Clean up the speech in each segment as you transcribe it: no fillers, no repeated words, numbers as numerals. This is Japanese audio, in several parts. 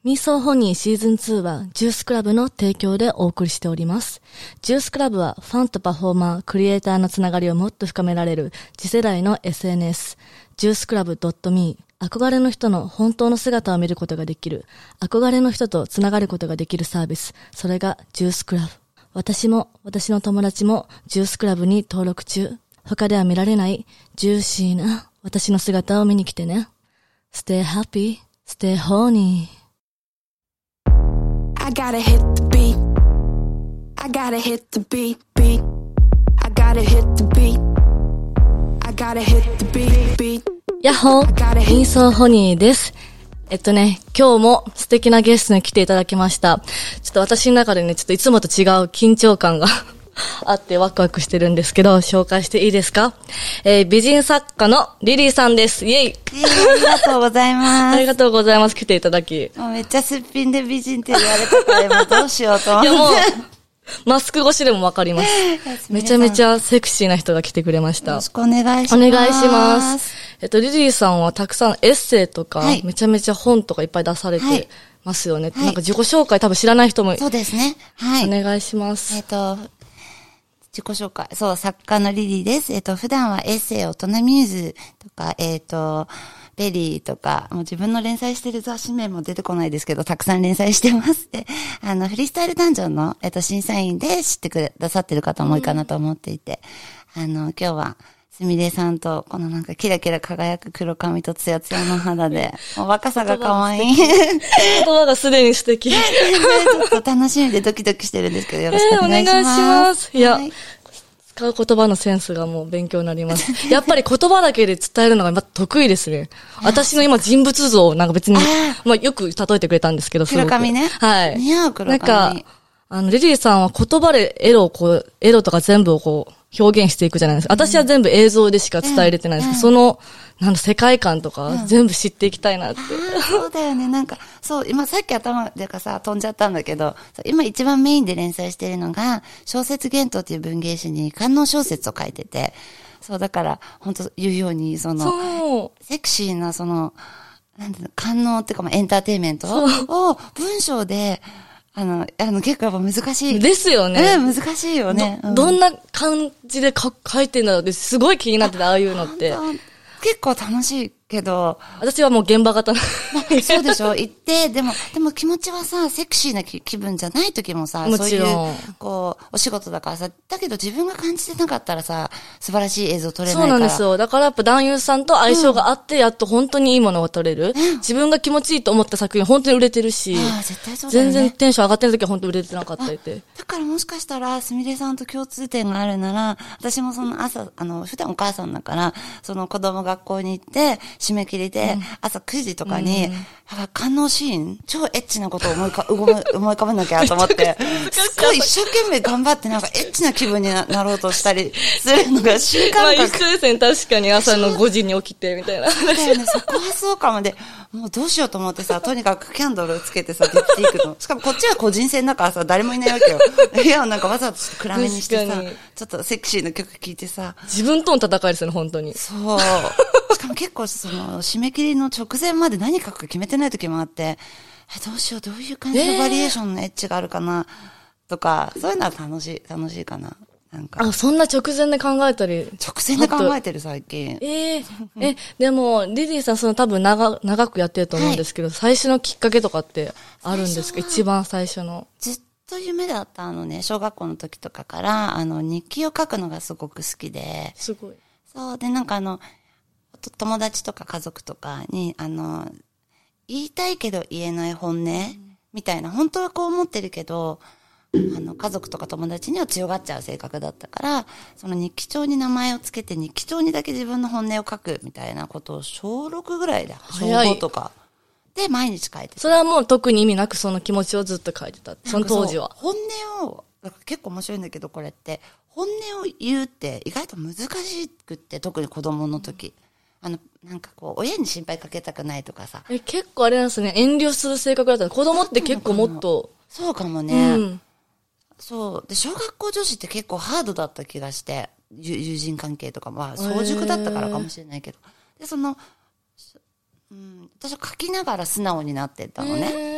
ミーソーホニーシーズン2はジュースクラブの提供でお送りしております。ジュースクラブはファンとパフォーマー、クリエイターのつながりをもっと深められる次世代の SNS、ジュースクラブ .me、憧れの人の本当の姿を見ることができる、憧れの人とつながることができるサービス、それがジュースクラブ。私も私の友達もジュースクラブに登録中。他では見られないジューシーな私の姿を見に来てね。Stay happy, stay horny.I gotta hit the beat. I gotta hit the beat, beat. I gotta hit the beat. I gotta hit the beat, beat. やっほー、インソーホニーです。今日も素敵なゲストに来ていただきました。ちょっと私の中でね、ちょっといつもと違う緊張感があってワクワクしてるんですけど、紹介していいですか？美人作家のリリーさんです。イェイ。 ありがとうございます。 ありがとうございます。来ていただき。 もうめっちゃすっぴんで美人って言われたから今どうしようと思って。 いやもう、マスク越しでもわかります。めちゃめちゃセクシーな人が来てくれました。 よろしくお願いします。 お願いします。リリーさんはたくさんエッセイとか、めちゃめちゃ本とかいっぱい出されてますよね。なんか自己紹介多分知らない人も。 そうですね。はい。 お願いします。 自己紹介。そう、作家のリリーです。普段はエッセイ、大人ミューズとか、ベリーとか、もう自分の連載してる雑誌名も出てこないですけど、たくさん連載してます。で、フリースタイルダンジョンの、審査員で知ってくださってる方も多いかなと思っていて、今日は、すみれさんと、このなんかキラキラ輝く黒髪とツヤツヤの肌で、もう若さが可愛い。 言葉がすでに素敵。ちょっと楽しみでドキドキしてるんですけど、よろしくお願いします。 お願いします。いや、使う言葉のセンスがもう勉強になります。やっぱり言葉だけで伝えるのが得意ですね。私の今人物像なんか別に、まあよく例えてくれたんですけど、 黒髪ね。 はい。 似合う黒髪。 なんか、リリーさんは言葉でエロとか全部を表現していくじゃないですか。私は全部映像でしか伝えれてないんですけど、その、世界観とか、全部知っていきたいなって。 そうだよね。なんか、そう、今さっき頭でかさ、飛んじゃったんだけど、今一番メインで連載してるのが、小説幻冬っていう文芸誌に官能小説を書いてて、そう、だから、本当言うように、セクシーな、なんていうの、官能っていうか、エンターテインメントを文章で、結構やっぱ難しい。 ですよね。 難しいよね。 どんな感じで書いてんだろうってすごい気になってて、ああいうのって。 結構楽しいけど。 私はもう現場型そうでしょ行って、でも気持ちはさ、セクシーな気分じゃない時もさ、そういう、お仕事だからさ、だけど自分が感じてなかったらさ、素晴らしい映像撮れないから。 そうなんですよ。だからやっぱ男優さんと相性があって、やっと本当にいいものが撮れる。自分が気持ちいいと思った作品本当に売れてるし。 絶対そうだよね。 全然テンション上がってる時は本当に売れてなかったりて。 だからもしかしたら、すみれさんと共通点があるなら、私もその朝、普段お母さんだから、その子供学校に行って、締め切りで、朝9時とかに、官能シーン、超エッチなことを思い浮かべなきゃと思って、すごい一生懸命頑張ってなんかエッチな気分になろうとしたりするのが新感覚。 まあ一緒ですね、確かに朝の5時に起きてみたいな。 そうだよね、そこはそうかもで、もうどうしようと思ってさ、とにかくキャンドルをつけてさ、ディプティークの。しかもこっちは個人戦だからさ、誰もいないわけよ。いや、なんかわざと暗めにしてさ、ちょっとセクシーな曲聴いてさ。 自分との戦いですよね、本当に。 そう。しかも結構締め切りの直前まで何書くか決めてない時もあって、どうしよう、どういう感じのバリエーションのエッジがあるかな、とか、そういうのは楽しいかな。なんか。 そんな直前で考えたり。 直前で考えてる、最近。 でも、リリーさん、多分長くやってると思うんですけど、最初のきっかけとかってあるんですか？一番最初の。 ずっと夢だった小学校の時とかから、日記を書くのがすごく好きで。 すごい。 そう、で、なんか友達とか家族とかに、言いたいけど言えない本音、みたいな、本当はこう思ってるけど、家族とか友達には強がっちゃう性格だったから、その日記帳に名前をつけて日記帳にだけ自分の本音を書くみたいなことを小6ぐらいで、小5とか。で、毎日書いてた。 それはもう特に意味なくその気持ちをずっと書いてた。その当時は。 本音を、結構面白いんだけど、これって、本音を言うって意外と難しくって、特に子供の時。なんか親に心配かけたくないとかさ。 結構あれなんですね、遠慮する性格だったの。子供って結構もっと。 そうかもね。そう。で、小学校女子って結構ハードだった気がして、友人関係とかは、早熟だったからかもしれないけど。で、私は書きながら素直になってったのね。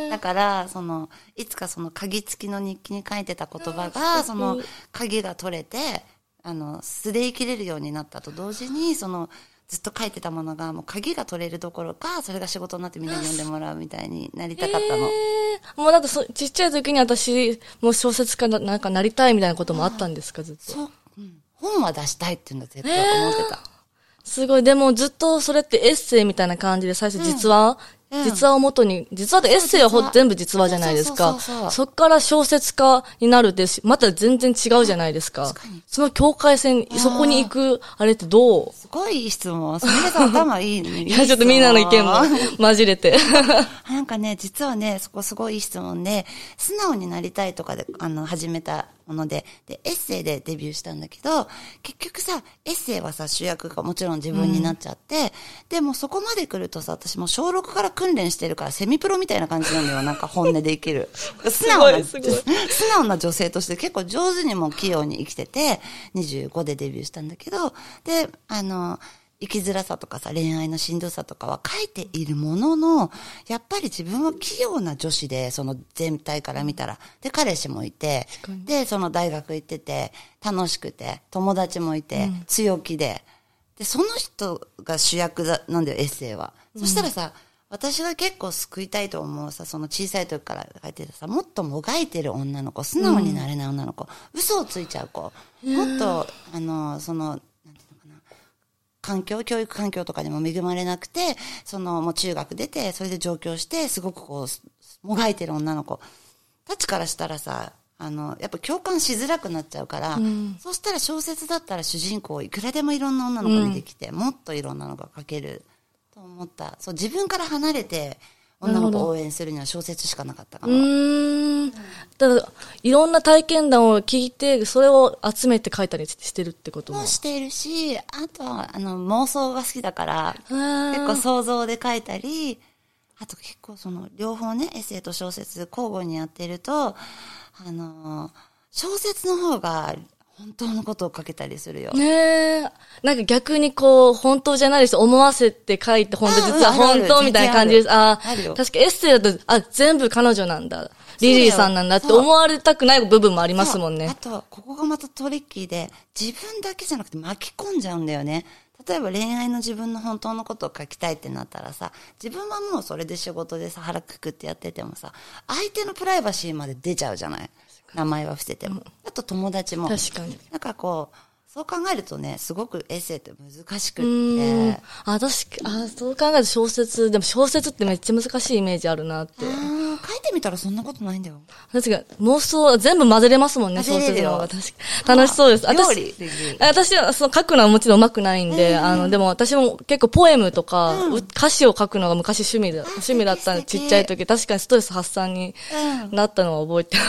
だから、いつか鍵付きの日記に書いてた言葉が、鍵が取れて、素で生きれるようになったと同時に、ずっと書いてたものが、もう鍵が取れるどころか、それが仕事になってみんなに読んでもらうみたいになりたかったの。 もうだってちっちゃい時に私、もう小説家なんかなりたいみたいなこともあったんですか、ずっと。 そう。本は出したいっていうのは絶対思ってた。 すごい。でもずっとそれってエッセイみたいな感じで最初実話、実話を元に、実話ってエッセイは全部実話じゃないですか。そっから小説家になるって、また全然違うじゃないですか。その境界線、そこに行く、あれってどう？ すごいいい質問。すみれさん頭いいね。 いや、ちょっとみんなの意見も混じれて。 なんかね、実はね、そこすごいいい質問で、素直になりたいとかで、始めたもので、エッセイでデビューしたんだけど、結局さ、エッセイはさ、主役がもちろん自分になっちゃって、でもそこまで来るとさ、私も小6から訓練してるから、セミプロみたいな感じなんだよ、なんか本音で生きる。素直な女性として結構上手にも器用に生きてて、25でデビューしたんだけど、で、生きづらさとかさ、恋愛のしんどさとかは書いているものの、やっぱり自分は器用な女子で、全体から見たら。で、彼氏もいて、で、大学行ってて、楽しくて、友達もいて、強気で。で、その人が主役なんだよ、エッセイは。そしたらさ、私が結構救いたいと思うさ、小さい時から書いてたさ、もっともがいてる女の子、素直になれない女の子、嘘をついちゃう子、もっと、なんていうのかな、教育環境とかにも恵まれなくて、もう中学出て、それで上京して、すごくもがいてる女の子たちからしたらさ、やっぱ共感しづらくなっちゃうから、そしたら小説だったら主人公いくらでもいろんな女の子にできて、もっといろんなのが書けると思った。そう、自分から離れて、女の子を応援するには小説しかなかったかな。 ただ、いろんな体験談を聞いて、それを集めて書いたりしてるってこともしているし、あとは、妄想が好きだから、結構想像で書いたり、あと結構両方ね、エッセイと小説交互にやってると、小説の方が、本当のことを書けたりするよ。 ねえ。なんか逆に本当じゃないです。思わせて書いて、本当実は本当みたいな感じです。確かエッセイだと、全部彼女なんだ。リリーさんなんだって思われたくない部分もありますもんね。 あと、ここがまたトリッキーで、自分だけじゃなくて巻き込んじゃうんだよね。例えば恋愛の自分の本当のことを書きたいってなったらさ、自分はもうそれで仕事でさ、腹くくってやっててもさ、相手のプライバシーまで出ちゃうじゃない。名前は伏せても。あと友達も。 確かに。 なんかそう考えるとね、すごくエッセイって難しくって。 そう考えるとでも小説ってめっちゃ難しいイメージあるなって。 書いてみたらそんなことないんだよ。 確か妄想、全部混ぜれますもんね、小説の方が。確か楽しそうです。私は書くのはもちろん上手くないんで、でも私も結構ポエムとか、歌詞を書くのが昔趣味だったんで、ちっちゃい時、確かにストレス発散になったのを覚えてます。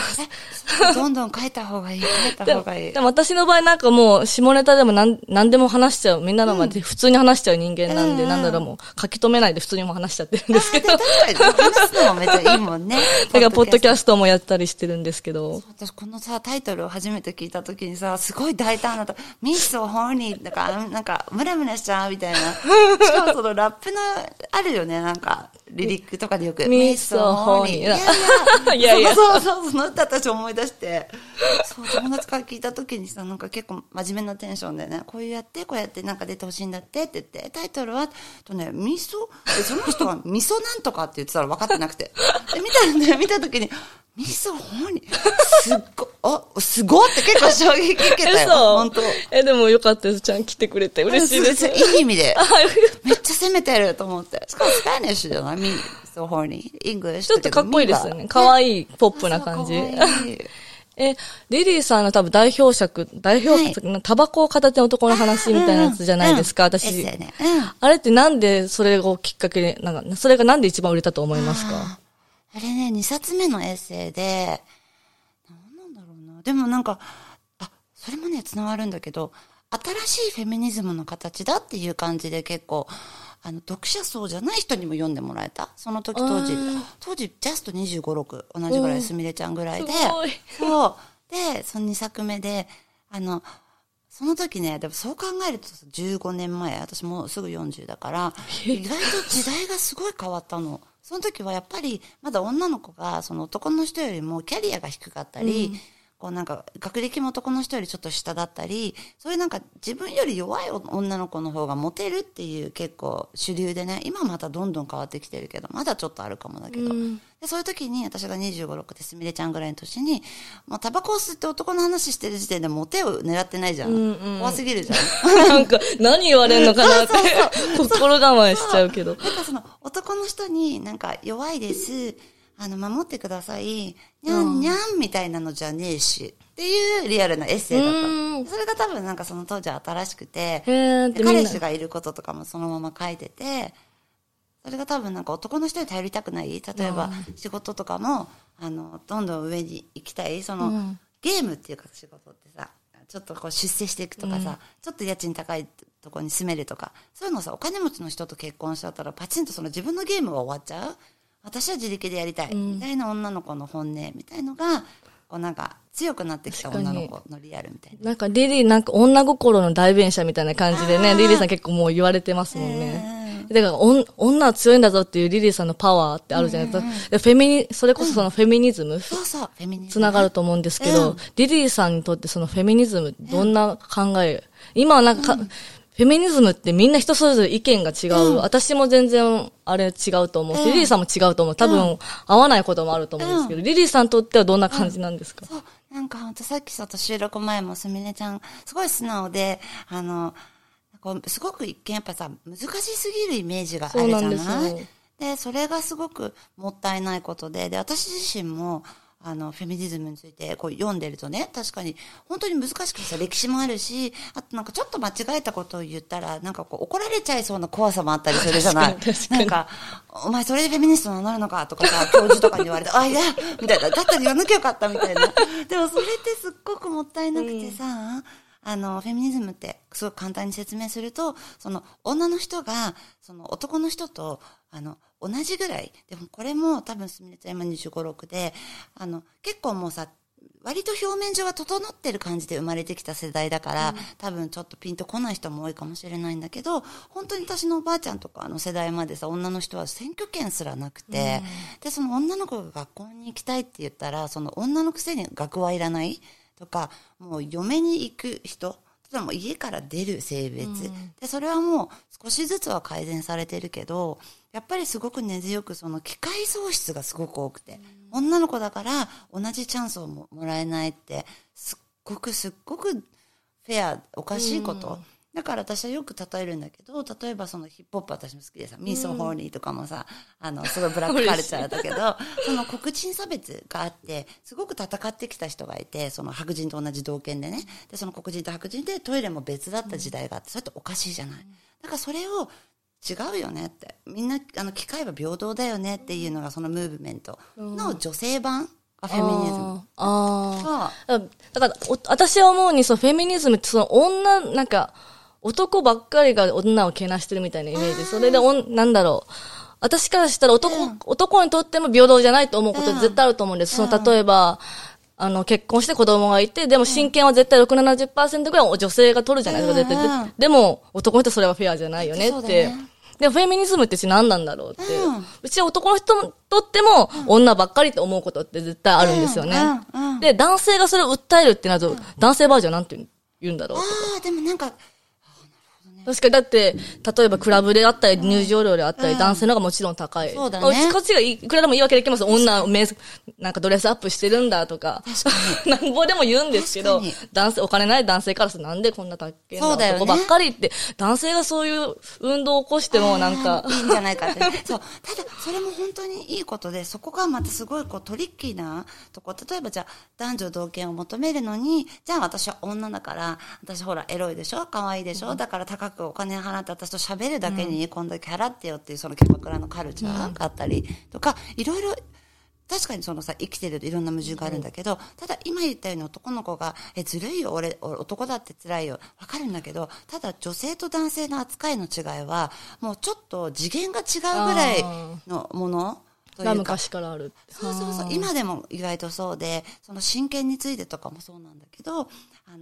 どんどん書いた方がいい、書いた方がいい。 でも私の場合なんかもう、下ネタでも何でも話しちゃう。みんなの前で普通に話しちゃう人間なんで、もう書き留めないで普通にも話しちゃってるんですけど。 確かに話すのもめっちゃいいもんね。 だからポッドキャストもやったりしてるんですけど。 私このさ、タイトルを初めて聞いた時にさ、すごい大胆なと、ミスをホーニー、なんか、ムラムラしちゃうみたいな。しかもラップの、あるよね、なんか、リリックとかでよく。 ミスをホーニー。 いや、そう、その歌私思い出して、そう、友達から聞いた時にさ、なんか結構真面目なテンションでね、こうやってなんか出てほしいんだってって言って、タイトルは、その人は味噌なんとかって言ってたら分かってなくて。で、見た時に、味噌ほんに、すごって結構衝撃受けたよ。本当。 でもよかったです。ちゃん来てくれて嬉しいです。 いい意味で。めっちゃ攻めてると思って。しかもスパニッシュじゃない？so horny. English。 ちょっとかっこいいですよね。かわいい、ポップな感じ。リリーさんの多分代表作のタバコを片手の男の話みたいなやつじゃないですか、私。あれってなんでそれをきっかけで、それがなんで一番売れたと思いますか？ あれね、2冊目のエッセイで、なんだろうな。でもなんか、それもね、繋がるんだけど、新しいフェミニズムの形だっていう感じで結構、読者層じゃない人にも読んでもらえた。その時当時、ジャスト25、6、同じぐらいすみれちゃんぐらいで、そう。で、その2作目で、その時ね、でもそう考えると15年前、私もうすぐ40だから、意外と時代がすごい変わったの。 その時はやっぱりまだ女の子がその男の人よりもキャリアが低かったり、こうなんか学歴も男の人よりちょっと下だったり、そういうなんか自分より弱い女の子の方がモテるっていう結構主流でね、今はまたどんどん変わってきてるけど、まだちょっとあるかもだけど、でそういう時に私が25、6ですみれちゃんぐらいの年に、もうタバコを吸って男の話してる時点でモテを狙ってないじゃん。怖すぎるじゃん。 なんか何言われんのかなって心構えしちゃうけど。 なんかその男の人になんか弱いです。守ってください。にゃんにゃんみたいなのじゃねえし。っていうリアルなエッセイだった。それが多分なんかその当時は新しくて、彼氏がいることとかもそのまま書いてて、それが多分なんか男の人に頼りたくない。例えば仕事とかも、どんどん上に行きたい。その、ゲームっていうか仕事ってさ、ちょっとこう出世していくとかさ、ちょっと家賃高いとこに住めるとか、そういうのさ、お金持ちの人と結婚しちゃったらパチンとその自分のゲームは終わっちゃう。私は自力でやりたい、みたいな女の子の本音みたいのが、こうなんか強くなってきた女の子のリアルみたいな。 なんかリリーなんか女心の代弁者みたいな感じでね、リリーさん結構もう言われてますもんね。だから女は強いんだぞっていうリリーさんのパワーってあるじゃないですか。それこそそのフェミニズム、 そうそう、フェミニズム。 つながると思うんですけど、リリーさんにとってそのフェミニズムどんな考え、今はなんか、フェミニズムってみんな人それぞれ意見が違う。私も全然あれ違うと思うし、リリーさんも違うと思う。多分合わないこともあると思うんですけど、リリーさんにとってはどんな感じなんですか？ そう。なんかほんとさっきちょっと収録前もすみれちゃん、すごい素直で、こうすごく一見やっぱさ、難しすぎるイメージがあるじゃない？そうなんですよ。で、それがすごくもったいないことで、私自身も、フェミニズムについてこう読んでるとね、確かに本当に難しくてさ、歴史もあるし、あとなんかちょっと間違えたことを言ったら、なんかこう怒られちゃいそうな怖さもあったりするじゃない。なんか、お前それでフェミニストになるのかとかさ、教授とかに言われて、あ、いや、みたいな、だったら言わなきゃよかったみたいな。でもそれってすっごくもったいなくてさ、フェミニズムってすごく簡単に説明すると、その女の人が、その男の人と、同じぐらい。でもこれも多分すみれちゃん今25、6で、結構もうさ、割と表面上が整ってる感じで生まれてきた世代だから、多分ちょっとピンとこない人も多いかもしれないんだけど、本当に私のおばあちゃんとかの世代までさ、女の人は選挙権すらなくて、で、その女の子が学校に行きたいって言ったら、その女のくせに学はいらないとか、もう嫁に行く人、でも家から出る性別、でそれはもう少しずつは改善されてるけど、やっぱりすごく根強くその機会喪失がすごく多くて、女の子だから同じチャンスをもらえないってすっごくフェアおかしいこと、だから私はよく例えるんだけど、例えばそのヒップホップ私も好きでさ、ミーソーホーニーとかもさ、すごいブラックカルチャーだけど、その黒人差別があって、すごく戦ってきた人がいて、その白人と同じ同権でね、で、その黒人と白人でトイレも別だった時代があって、それっておかしいじゃない。だからそれを違うよねって、みんな、機会は平等だよねっていうのがそのムーブメントの女性版。フェミニズム。 だから、私は思うに、フェミニズムってなんか、男ばっかりが女をけなしてるみたいなイメージ。それでなんだろう。私からしたら男にとっても平等じゃないと思うこと絶対あると思うんです。例えば、結婚して子供がいて、でも親権は絶対6、70% ぐらい女性が取るじゃないですか、絶対。でも、男にとってそれはフェアじゃないよねって。で、フェミニズムって何なんだろうって。うちは男の人にとっても女ばっかりって思うことって絶対あるんですよね。で、男性がそれを訴えるってなると、男性バージョンなんて言うんだろうとか。 でもなんか、 確かに、だって、例えばクラブであったり、入場料であったり、男性の方がもちろん高い。 そうだね。 こっちがいくらでも言い訳できます。女、なんかドレスアップしてるんだとか。なんぼでも言うんですけど、お金ない男性からするとなんでこんな高いんだ男ばっかりって、男性がそういう運動を起こしてもなんか。 いいんじゃないかって。そう。ただ、それも本当にいいことで、そこがまたすごいトリッキーなとこ。例えばじゃあ、男女同権を求めるのに、じゃあ私は女だから、私ほらエロいでしょ可愛いでしょだから高くお金払って私と喋るだけにこんだけ払ってよっていうそのキャバクラのカルチャーがあったりとか、いろいろ確かにそのさ生きてるといろんな矛盾があるんだけど、ただ今言ったように男の子がずるいよ俺男だって辛いよわかるんだけど、ただ女性と男性の扱いの違いはもうちょっと次元が違うぐらいのものが昔からある。 そう今でも意外とそうで、その親権についてとかもそうなんだけど、意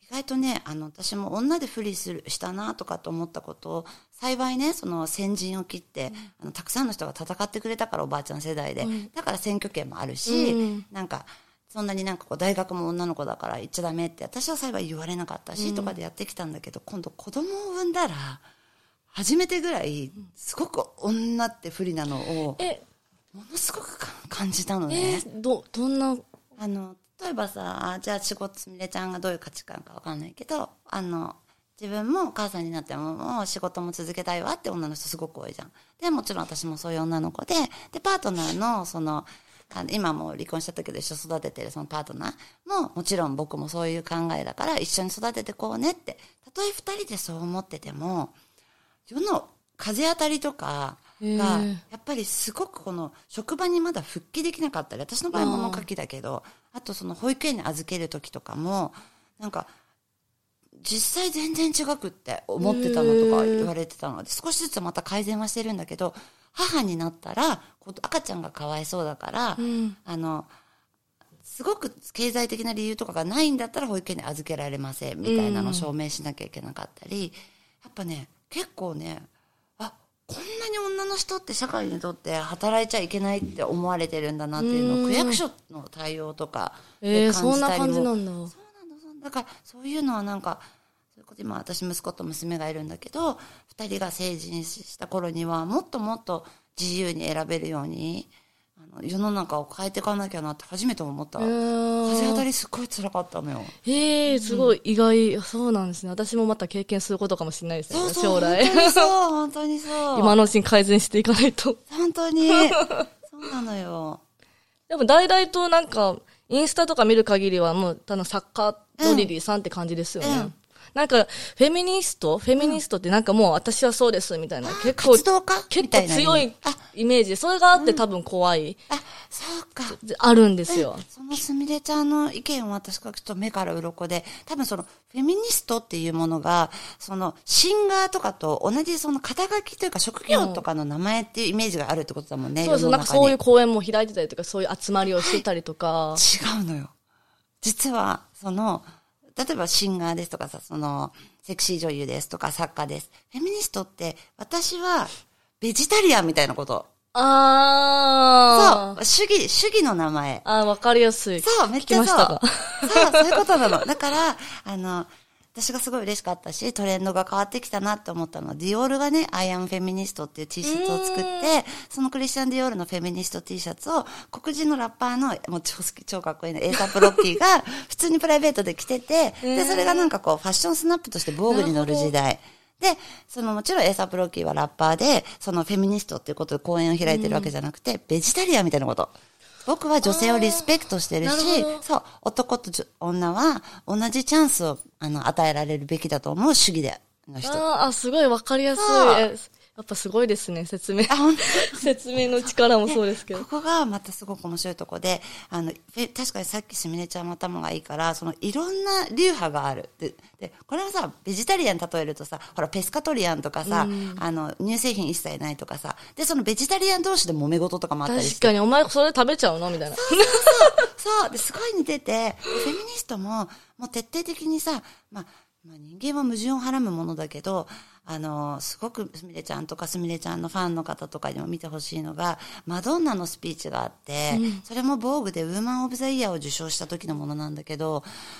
意外とね、私も女で不利したなとかと思ったことを、幸いね、その先陣を切って、たくさんの人が戦ってくれたから、おばあちゃん世代で。だから選挙権もあるし、なんか、そんなになんかこう大学も女の子だから行っちゃダメって私は幸い言われなかったし、とかでやってきたんだけど、今度子供を産んだら、初めてぐらい、すごく女って不利なのを、ものすごく感じたのね。 どんな例えばさ、じゃあ仕事、すみれちゃんがどういう価値観かわかんないけど、自分もお母さんになってもう仕事も続けたいわって女の人すごく多いじゃん。で、もちろん私もそういう女の子で、パートナーの今もう離婚しちゃったけど一緒育ててるそのパートナーも、もちろん僕もそういう考えだから一緒に育ててこうねって、たとえ二人でそう思ってても、世の風当たりとかが、やっぱりすごくこの職場にまだ復帰できなかったり、私の場合物書きだけど、あとその保育園に預ける時とかも、なんか、実際全然違くって思ってたのとか言われてたので、少しずつまた改善はしてるんだけど、母になったら、赤ちゃんがかわいそうだから、すごく経済的な理由とかがないんだったら保育園に預けられませんみたいなのを証明しなきゃいけなかったり、やっぱね、結構ね、こんなに女の人って社会にとって働いちゃいけないって思われてるんだなっていうのを区役所の対応とかで感じたりも。 そんな感じなんだ。 そうなんだ。だからそういうのはなんか、それこそ今私息子と娘がいるんだけど、二人が成人した頃にはもっともっと自由に選べるように、世の中を変えていかなきゃなって初めて思った。風当たりすっごい辛かったのよ。 すごい意外、そうなんですね。私もまた経験することかもしれないですね。 そう将来。 本当にそう。 今のうちに改善していかないと。 本当に。そうなのよ。 でも大々となんか、インスタとか見る限りはもう、作家のリリーさんって感じですよね。なんか、フェミニストってなんかもう私はそうですみたいな。結構強いイメージで、それがあって多分怖い。 そうか。 あるんですよ。 そのすみれちゃんの意見を私がちょっと目から鱗で、多分そのフェミニストっていうものが、そのシンガーとかと同じその肩書きというか職業とかの名前っていうイメージがあるってことだもんね。 そうです。なんかそういう講演も開いてたりとか、そういう集まりをしてたりとか。 違うのよ。実は、例えばシンガーですとかさ、セクシー女優ですとか作家です。フェミニストって、私は、ベジタリアンみたいなこと。そう、主義の名前。 わかりやすい。 そう、めっちゃそう。そういうことなの。だから、私がすごい嬉しかったし、トレンドが変わってきたなって思ったのは、ディオールがね、I am feminist っていう T シャツを作って、そのクリスチャン・ディオールのフェミニスト T シャツを、黒人のラッパーの、もう超好き、超かっこいいの、エーサップロッキーが、普通にプライベートで着てて、で、それがなんかこう、ファッションスナップとして防具に乗る時代。で、もちろんエーサップロッキーはラッパーで、そのフェミニストっていうことで講演を開いてるわけじゃなくて、ベジタリアンみたいなこと。僕は女性をリスペクトしてるし、そう、男と女は同じチャンスを与えられるべきだと思う主義の人。 すごいわかりやすい。やっぱすごいですね、説明。説明の力もそうですけど。 ここがまたすごく面白いとこで、確かにさっきすみれちゃんも頭がいいから、いろんな流派がある。で、これはさ、ベジタリアン例えるとさ、ほら、ペスカトリアンとかさ、乳製品一切ないとかさ、で、そのベジタリアン同士で揉め事とかもあったりして。 確かに、お前それ食べちゃうのみたいな。 そう。で、すごい似てて、フェミニストも、もう徹底的にさ、人間は矛盾をはらむものだけど、すごくすみれちゃんとかすみれちゃんのファンの方とかにも見てほしいのが、マドンナのスピーチがあって、それも防具でウーマンオブザイヤーを受賞した時のものなんだけど、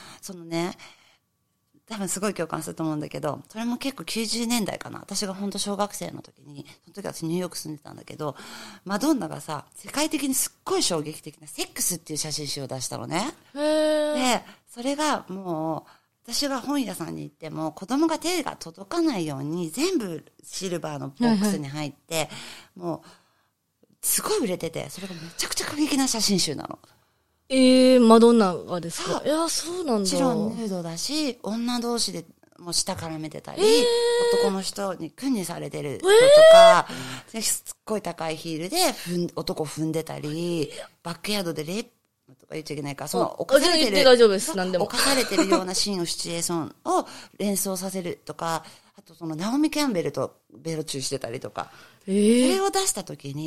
多分すごい共感すると思うんだけど、それも結構90年代かな。私が本当小学生の時に、その時私ニューヨーク住んでたんだけど、マドンナがさ、世界的にすっごい衝撃的なセックスっていう写真集を出したのね。で、それがもう、私が本屋さんに行っても子供が手が届かないように全部シルバーのボックスに入って、もうすごい売れてて、それがめちゃくちゃ過激な写真集なの。 マドンナがですか？いや、そうなんだ。 もちろんヌードだし、女同士でもう舌絡めてたり、男の人に訓にされてる人とか、すっごい高いヒールで男踏んでたり、バックヤードでレイプとか言っちゃいけないから、犯されてる、 大丈夫です、何でも。 犯されてるようなシーンをシチュエーションを連想させるとか、あとナオミ・キャンベルとベロチューしてたりとか、それを出した時に、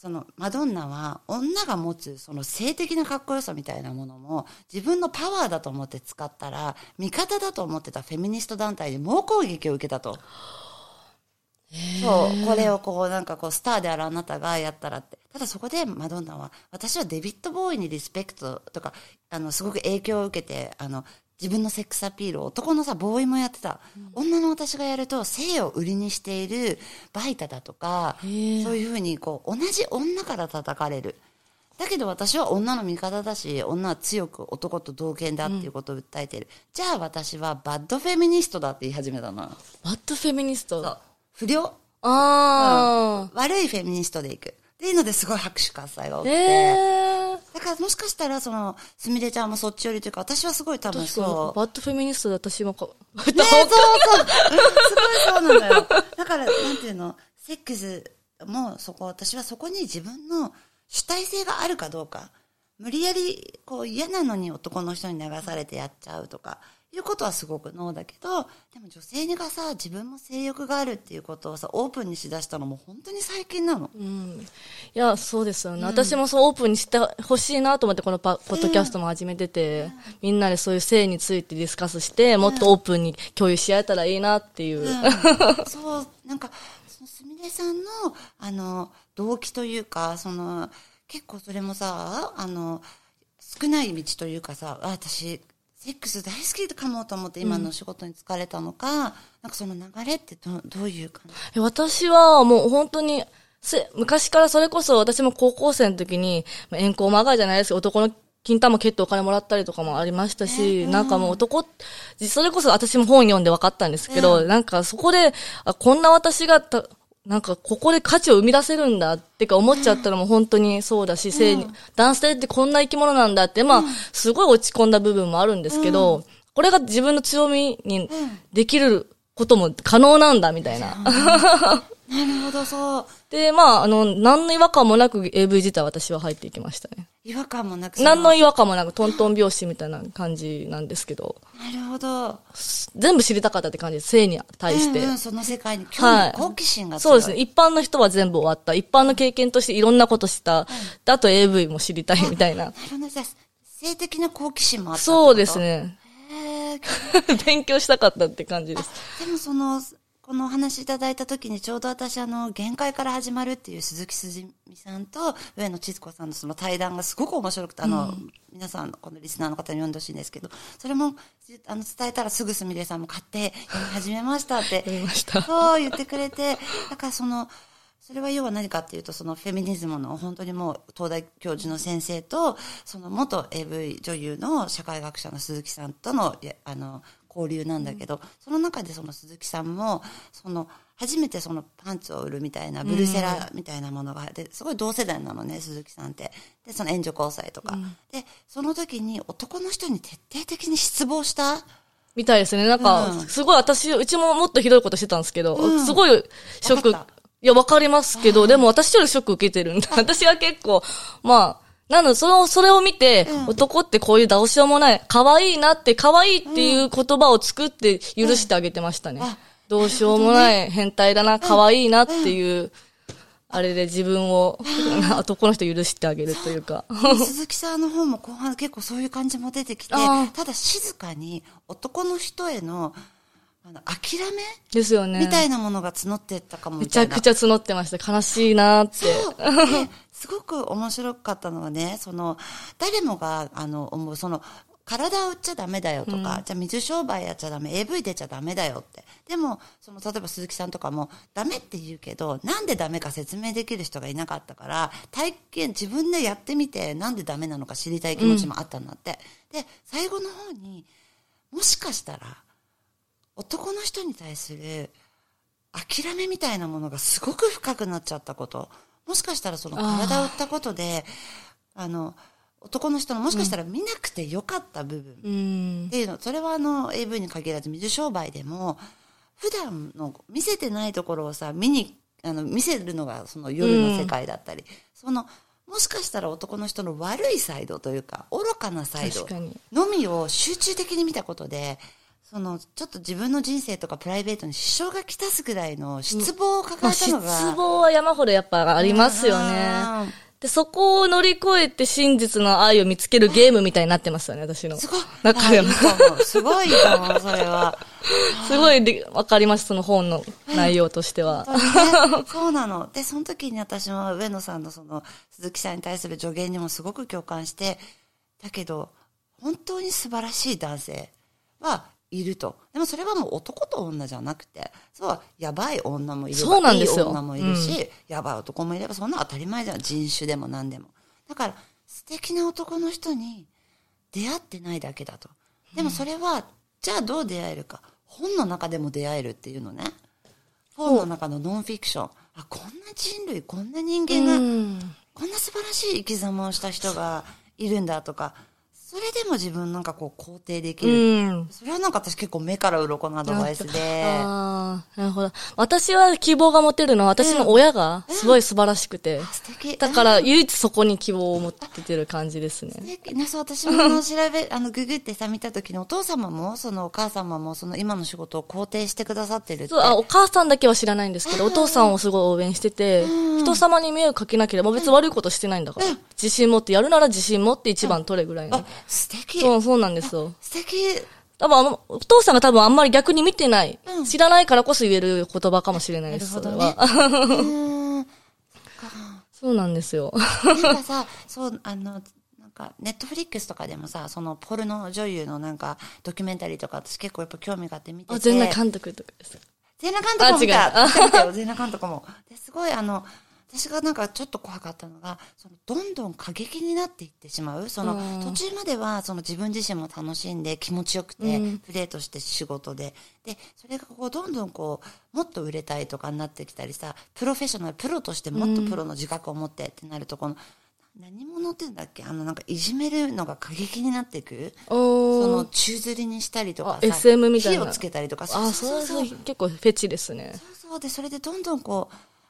そのマドンナは女が持つその性的なかっこよさみたいなものも自分のパワーだと思って使ったら、味方だと思ってたフェミニスト団体に猛攻撃を受けたと。そう、これをこうなんかこうスターであるあなたがやったらって。ただそこでマドンナは、私はデビッド・ボーイにリスペクトとか、すごく影響を受けて、自分のセックスアピールを男のさ、ボーイもやってた。女の私がやると性を売りにしているバイタだとか、そういうふうにこう、同じ女から叩かれる。だけど私は女の味方だし、女は強く男と同権だっていうことを訴えている。じゃあ私はバッドフェミニストだって言い始めたの。 バッドフェミニスト？ 不良？悪いフェミニストでいく。っていうのですごい拍手喝采が起きて。だからもしかしたらすみれちゃんもそっち寄りというか、私はすごい多分そう。 バッドフェミニストで私もそう。すごいそうなのよ。だから、なんていうの、セックスも私はそこに自分の主体性があるかどうか。無理やり、嫌なのに男の人に流されてやっちゃうとか。いうことはすごくノーだけど、でも女性がさ、自分も性欲があるっていうことをさ、オープンにしだしたのも本当に最近なの。 いや、そうですよね。私もそうオープンにしてほしいなと思ってこのポッドキャストも始めてて、みんなでそういう性についてディスカスして、もっとオープンに共有し合えたらいいなっていう。 そう、なんか、すみれさんの、動機というか、結構それもさ、少ない道というかさ、私、セックス大好きかもと思って今の仕事に疲れたのか、なんかその流れってどういう感じ？ 私はもう本当に、昔からそれこそ私も高校生の時に、遠行まがいじゃないですけど、男の金玉蹴ってお金もらったりとかもありましたし、なんかもうそれこそ私も本読んで分かったんですけど、なんかそこで、こんな私がなんかここで価値を生み出せるんだってか思っちゃったのも本当にそうだし、男性ってこんな生き物なんだって、すごい落ち込んだ部分もあるんですけど、これが自分の強みにできることも可能なんだみたいな。 なるほど、そう。 で、何の違和感もなく AV 自体私は入っていきましたね。 違和感もなく？ 何の違和感もなくトントン拍子みたいな感じなんですけど。 なるほど。 全部知りたかったって感じです。性に対して。 その世界に興味、好奇心が強い。 そうですね。一般の人は全部終わった。一般の経験としていろんなことした。あと AV も知りたいみたいな。 なるほど。性的な好奇心もあった。 そうですね。勉強したかったって感じです。 でもこのお話いただいた時にちょうど私限界から始まるっていう鈴木すじみさんと上野千鶴子さんのその対談がすごく面白くて、皆さん、このリスナーの方に読んでほしいんですけど、それも、伝えたらすぐすみれさんも買って読み始めましたって。 読みました。 そう言ってくれて、だからそれは要は何かっていうと、フェミニズムの本当にもう東大教授の先生と、元 AV 女優の社会学者の鈴木さんとの、交流なんだけど、その中で鈴木さんも、初めてパンツを売るみたいな、ブルセラみたいなものが、で、すごい同世代なのね、鈴木さんって。で、援助交際とか。で、その時に男の人に徹底的に失望したみたいですね。なんか、すごいうちももっとひどいことしてたんですけど、すごいショック。いや、わかりますけど、でも私よりショック受けてるんだ。私は結構、それを見て、男ってこういうどうしようもない、可愛いっていう言葉を作って許してあげてましたね。どうしようもない変態だな、可愛いなっていう、あれで自分を、男の人許してあげるというか。 鈴木さんの方も後半結構そういう感じも出てきて、ただ静かに男の人への、諦めですよね。 みたいなものが募ってったかもみたいな。めちゃくちゃ募ってました。悲しいなーって。 そう。すごく面白かったのはね、誰もが、思う、体を売っちゃダメだよとか、じゃあ水商売やっちゃダメ、AV 出ちゃダメだよって。でも、例えば鈴木さんとかも、ダメって言うけど、なんでダメか説明できる人がいなかったから、自分でやってみて、なんでダメなのか知りたい気持ちもあったんだって。で、最後の方に、もしかしたら、男の人に対する諦めみたいなものがすごく深くなっちゃったこと。もしかしたら体を売ったことで、男の人のもしかしたら見なくてよかった部分っていうの、それはAV に限らず水商売でも、普段の見せてないところをさ、見せるのが夜の世界だったり、もしかしたら男の人の悪いサイドというか、愚かなサイドのみを集中的に見たことで、 ちょっと自分の人生とかプライベートに支障がきたすぐらいの失望を抱えたのが。 失望は山ほどやっぱありますよね。で、そこを乗り越えて真実の愛を見つけるゲームみたいになってますよね、私の。 すごい。 中でも。 すごいと思う、それは。 すごいわかります、その本の内容としては。 そうなの。で、その時に私も上野さんの鈴木さんに対する助言にもすごく共感して、だけど、本当に素晴らしい男性はいると。でもそれはもう男と女じゃなくて、やばい女もいれば、 そうなんですよ。 いい女もいるし、やばい男もいれば、そんな当たり前じゃん。人種でも何でも。だから、素敵な男の人に出会ってないだけだと。でもそれは、じゃあどう出会えるか。本の中でも出会えるっていうのね。本の中のノンフィクション。こんな人類、こんな人間が、こんな素晴らしい生き様をした人がいるんだとか、それでも自分肯定できる。それは私結構目から鱗のアドバイスで。 なるほど。私は希望が持てるのは私の親がすごい素晴らしくて。 素敵。 だから唯一そこに希望を持っててる感じですね。 素敵ね、私もググってさ、見た時にお父様も、お母様も、今の仕事を肯定してくださってるって。 そう、お母さんだけは知らないんですけど、お父さんをすごい応援してて、人様に迷惑かけなければ別に悪いことしてないんだから。自信持ってやるなら自信持って一番取れぐらいの。 素敵。 そうなんですよ。 素敵。 多分お父さんが多分あんまり逆に見てない。知らないからこそ言える言葉かもしれないです。 なるほどね。 そうなんですよ。 さ、ネットフリックスとかでもさ、ポルノ女優のドキュメンタリーとか私結構やっぱ興味があって見てて。 全裸監督とかです。 全裸監督も見た。見たよ、全裸監督も。すごい私がちょっと怖かったのが、どんどん過激になっていってしまう。途中までは、自分自身も楽しんで気持ちよくて、プレーとして仕事で。で、それがどんどんもっと売れたいとかになってきたりさ、プロフェッショナル、プロとしてもっとプロの自覚を持ってってなると、何者って言うんだっけいじめるのが過激になっていく。宙吊りにしたりとかさ、 SM みたいな。 火をつけたりとか。 そう結構フェチですね。 で、それでどんどん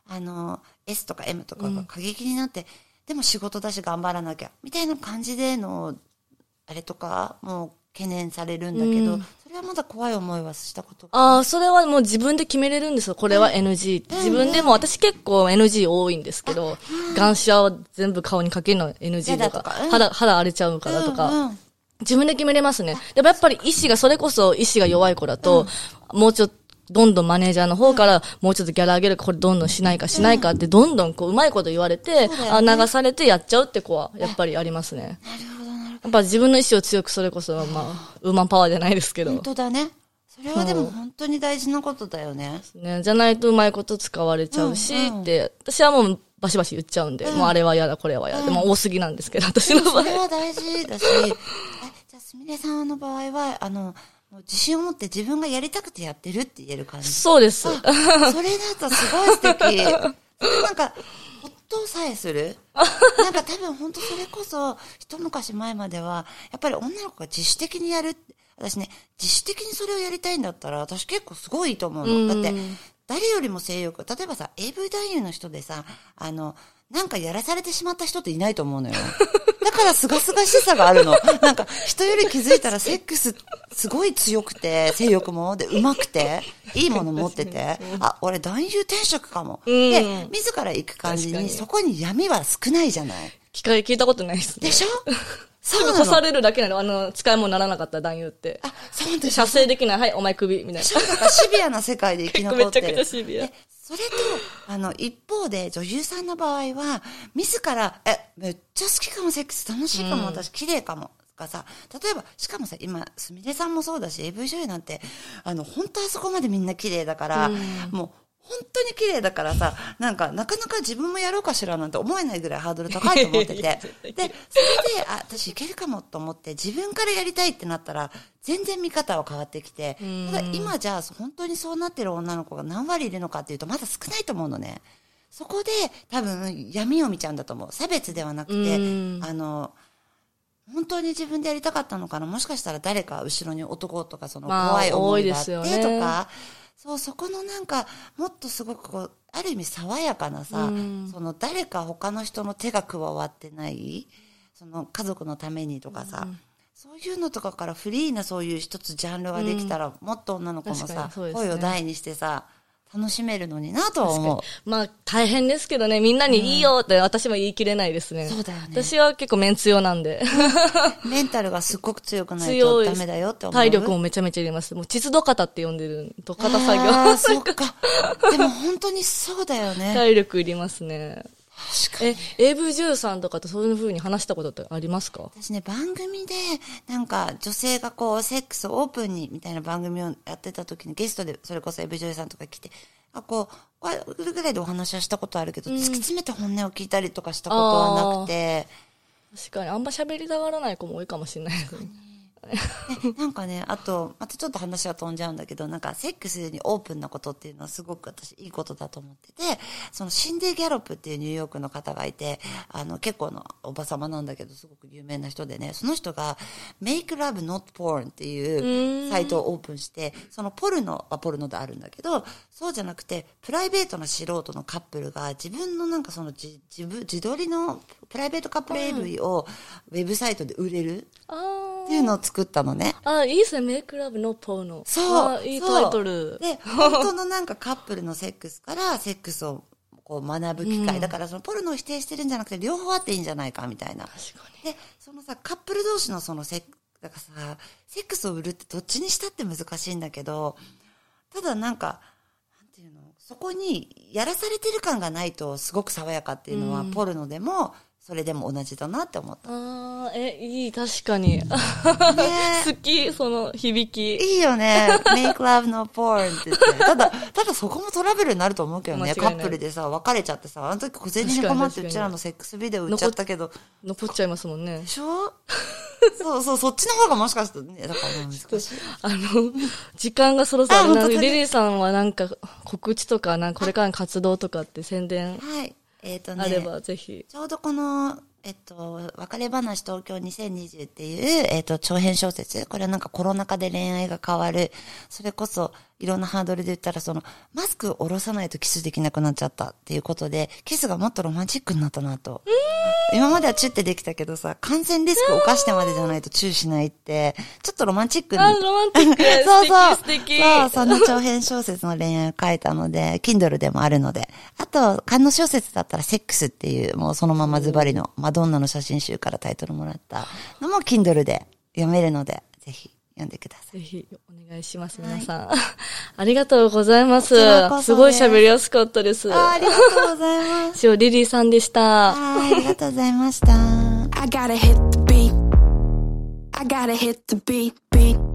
S とか M とかが過激になって、でも仕事だし頑張らなきゃ、みたいな感じでの、あれとか、もう懸念されるんだけど、それはまだ怖い思いはしたことが。 それはもう自分で決めれるんですよ。これは NG って。自分でも、私結構 NG 多いんですけど、眼シャは全部顔にかけるの NG とか、肌荒れちゃうからとか、自分で決めれますね。でもやっぱりそれこそ意志が弱い子だと、もうちょっと、どんどんマネージャーの方から、もうちょっとギャラ上げるか、これどんどんしないかって、どんどんうまいこと言われて、流されてやっちゃうって子は、やっぱりありますね。 なるほど。 やっぱ自分の意志を強く、それこそ、ウーマンパワーじゃないですけど。 本当だね。それはでも本当に大事なことだよね。 じゃないとうまいこと使われちゃうし、って、私はもうバシバシ言っちゃうんで、もうあれは嫌だ、これは嫌だ。でも多すぎなんですけど、私の場合。 それは大事だし、じゃあすみれさんの場合は、自信を持って自分がやりたくてやってるって言える感じ。 そうです。 それだとすごい素敵。ほっとさえする。多分本当それこそ、一昔前までは、やっぱり女の子が自主的にやる。私ね、自主的にそれをやりたいんだったら、私結構すごいいいと思うの。だって、誰よりも性欲。例えばさ、AV 男優の人でさ、やらされてしまった人っていないと思うのよ。だからすがすがしさがあるの。人より気づいたらセックスすごい強くて、性欲も、で、上手くて、いいもの持ってて、俺男優転職かも。で、自ら行く感じに、そこに闇は少ないじゃない。 聞いたことないですね。 でしょそうなの。干されるだけなの。使い物にならなかった男優って。 そうです。 射精できない。はい、お前首、みたいな。 シビアな世界で生き残ってる。 めちゃくちゃシビア。 それと、一方で女優さんの場合は、自ら、めっちゃ好きかも、セックス楽しいかも、私綺麗かも。かさ、例えば、しかもさ、今、すみれさんもそうだし、AV 女優なんて、本当はそこまでみんな綺麗だから、もう、本当に綺麗だからさ、なかなか自分もやろうかしらなんて思えないぐらいハードル高いと思ってて。で、それで、私いけるかもと思って、自分からやりたいってなったら、全然見方は変わってきて、ただ今じゃあ本当にそうなってる女の子が何割いるのかっていうと、まだ少ないと思うのね。そこで、多分、闇を見ちゃうんだと思う。差別ではなくて、本当に自分でやりたかったのかな、もしかしたら誰か後ろに男とか怖い思いがあってとか、そこのもっとすごくある意味爽やかなさ、誰か他の人の手が加わってない、家族のためにとかさ、 そういうのとかからフリーなそういう一つジャンルができたら、もっと女の子もさ、 ね、 声を大にしてさ、楽しめるのになとは思う。 まあ大変ですけどね、みんなにいいよって私も言い切れないですね。 そうだよね。 私は結構メンツ用なんで。 メンタルがすっごく強くないとダメだよって思う。 体力もめちゃめちゃ入れます。もう膣土方って呼んでる土方作業。 ああ、そっか。でも本当にそうだよね。 体力いりますね。 確かに。 AV 女優さんとかとそういう風に話したことってありますか？ 私ね、番組で、なんか、女性がこう、セックスをオープンに、みたいな番組をやってた時に、ゲストで、それこそ AV 女優さんとか来て、これぐらいでお話はしたことあるけど、突き詰めて本音を聞いたりとかしたことはなくて。 確かに、あんま喋りたがらない子も多いかもしれないですね。 なんかね、あと、またちょっと話は飛んじゃうんだけど、なんかセックスにオープンなことっていうのはすごく私いいことだと思ってて、そのシンディ・ギャロップっていうニューヨークの方がいて、結構のおばさまなんだけど、すごく有名な人でね、その人が Make Love Not Porn っていうサイトをオープンして、そのポルノはポルノであるんだけど、そうじゃなくて、プライベートな素人のカップルが自分のなんかその自撮りのプライベートカップル AV をウェブサイトで売れるっていうのを作ったのね。 いいですね。メイクラブのポーノ。 そう。 いいタイトル。 で、本当のなんかカップルのセックスからセックスをこう学ぶ機会。だからそのポルノを否定してるんじゃなくて両方あっていいんじゃないかみたいな。 確かに。 で、そのさ、カップル同士のそのだからさ、セックスを売るってどっちにしたって難しいんだけど、ただなんか、なんていうの、そこにやらされてる感がないとすごく爽やかっていうのは、ポルノでも、それでも同じだなって思った。 いい、確かに。好き、その響き。 いいよね。make love no porn って言って。ただそこもトラブルになると思うけどね。カップルでさ、別れちゃってさ、あの時小銭に困ってうちらのセックスビデオ売っちゃったけど。 残っちゃいますもんね。 でしょそう、そっちの方がもしかしたらね、だから難しい。 時間がそろそろある。リリーさんはなんか告知とか、これからの活動とかって宣伝。 はい。 あればぜひ。 ちょうどこの、別れ話東京2020っていう、長編小説。これはなんかコロナ禍で恋愛が変わる。それこそ、いろんなハードルで言ったら、マスクを下ろさないとキスできなくなっちゃったっていうことで、キスがもっとロマンチックになったなと。今まではチュってできたけどさ、感染リスクを冒してまでじゃないとチューしないって、ちょっとロマンチックに。 ロマンチック。素敵。 そう、その長編小説の恋愛を書いたので、Kindle でもあるので。あと、観音小説だったらセックスっていう、もうそのままズバリのマドンナの写真集からタイトルもらったのも Kindle で読めるので、ぜひ読んでください。 ぜひお願いします、皆さん。ありがとうございます。すごい喋りやすかったです。 ありがとうございます。 リリーさんでした。 ありがとうございました。 I gotta hit the beat. I gotta hit the beat.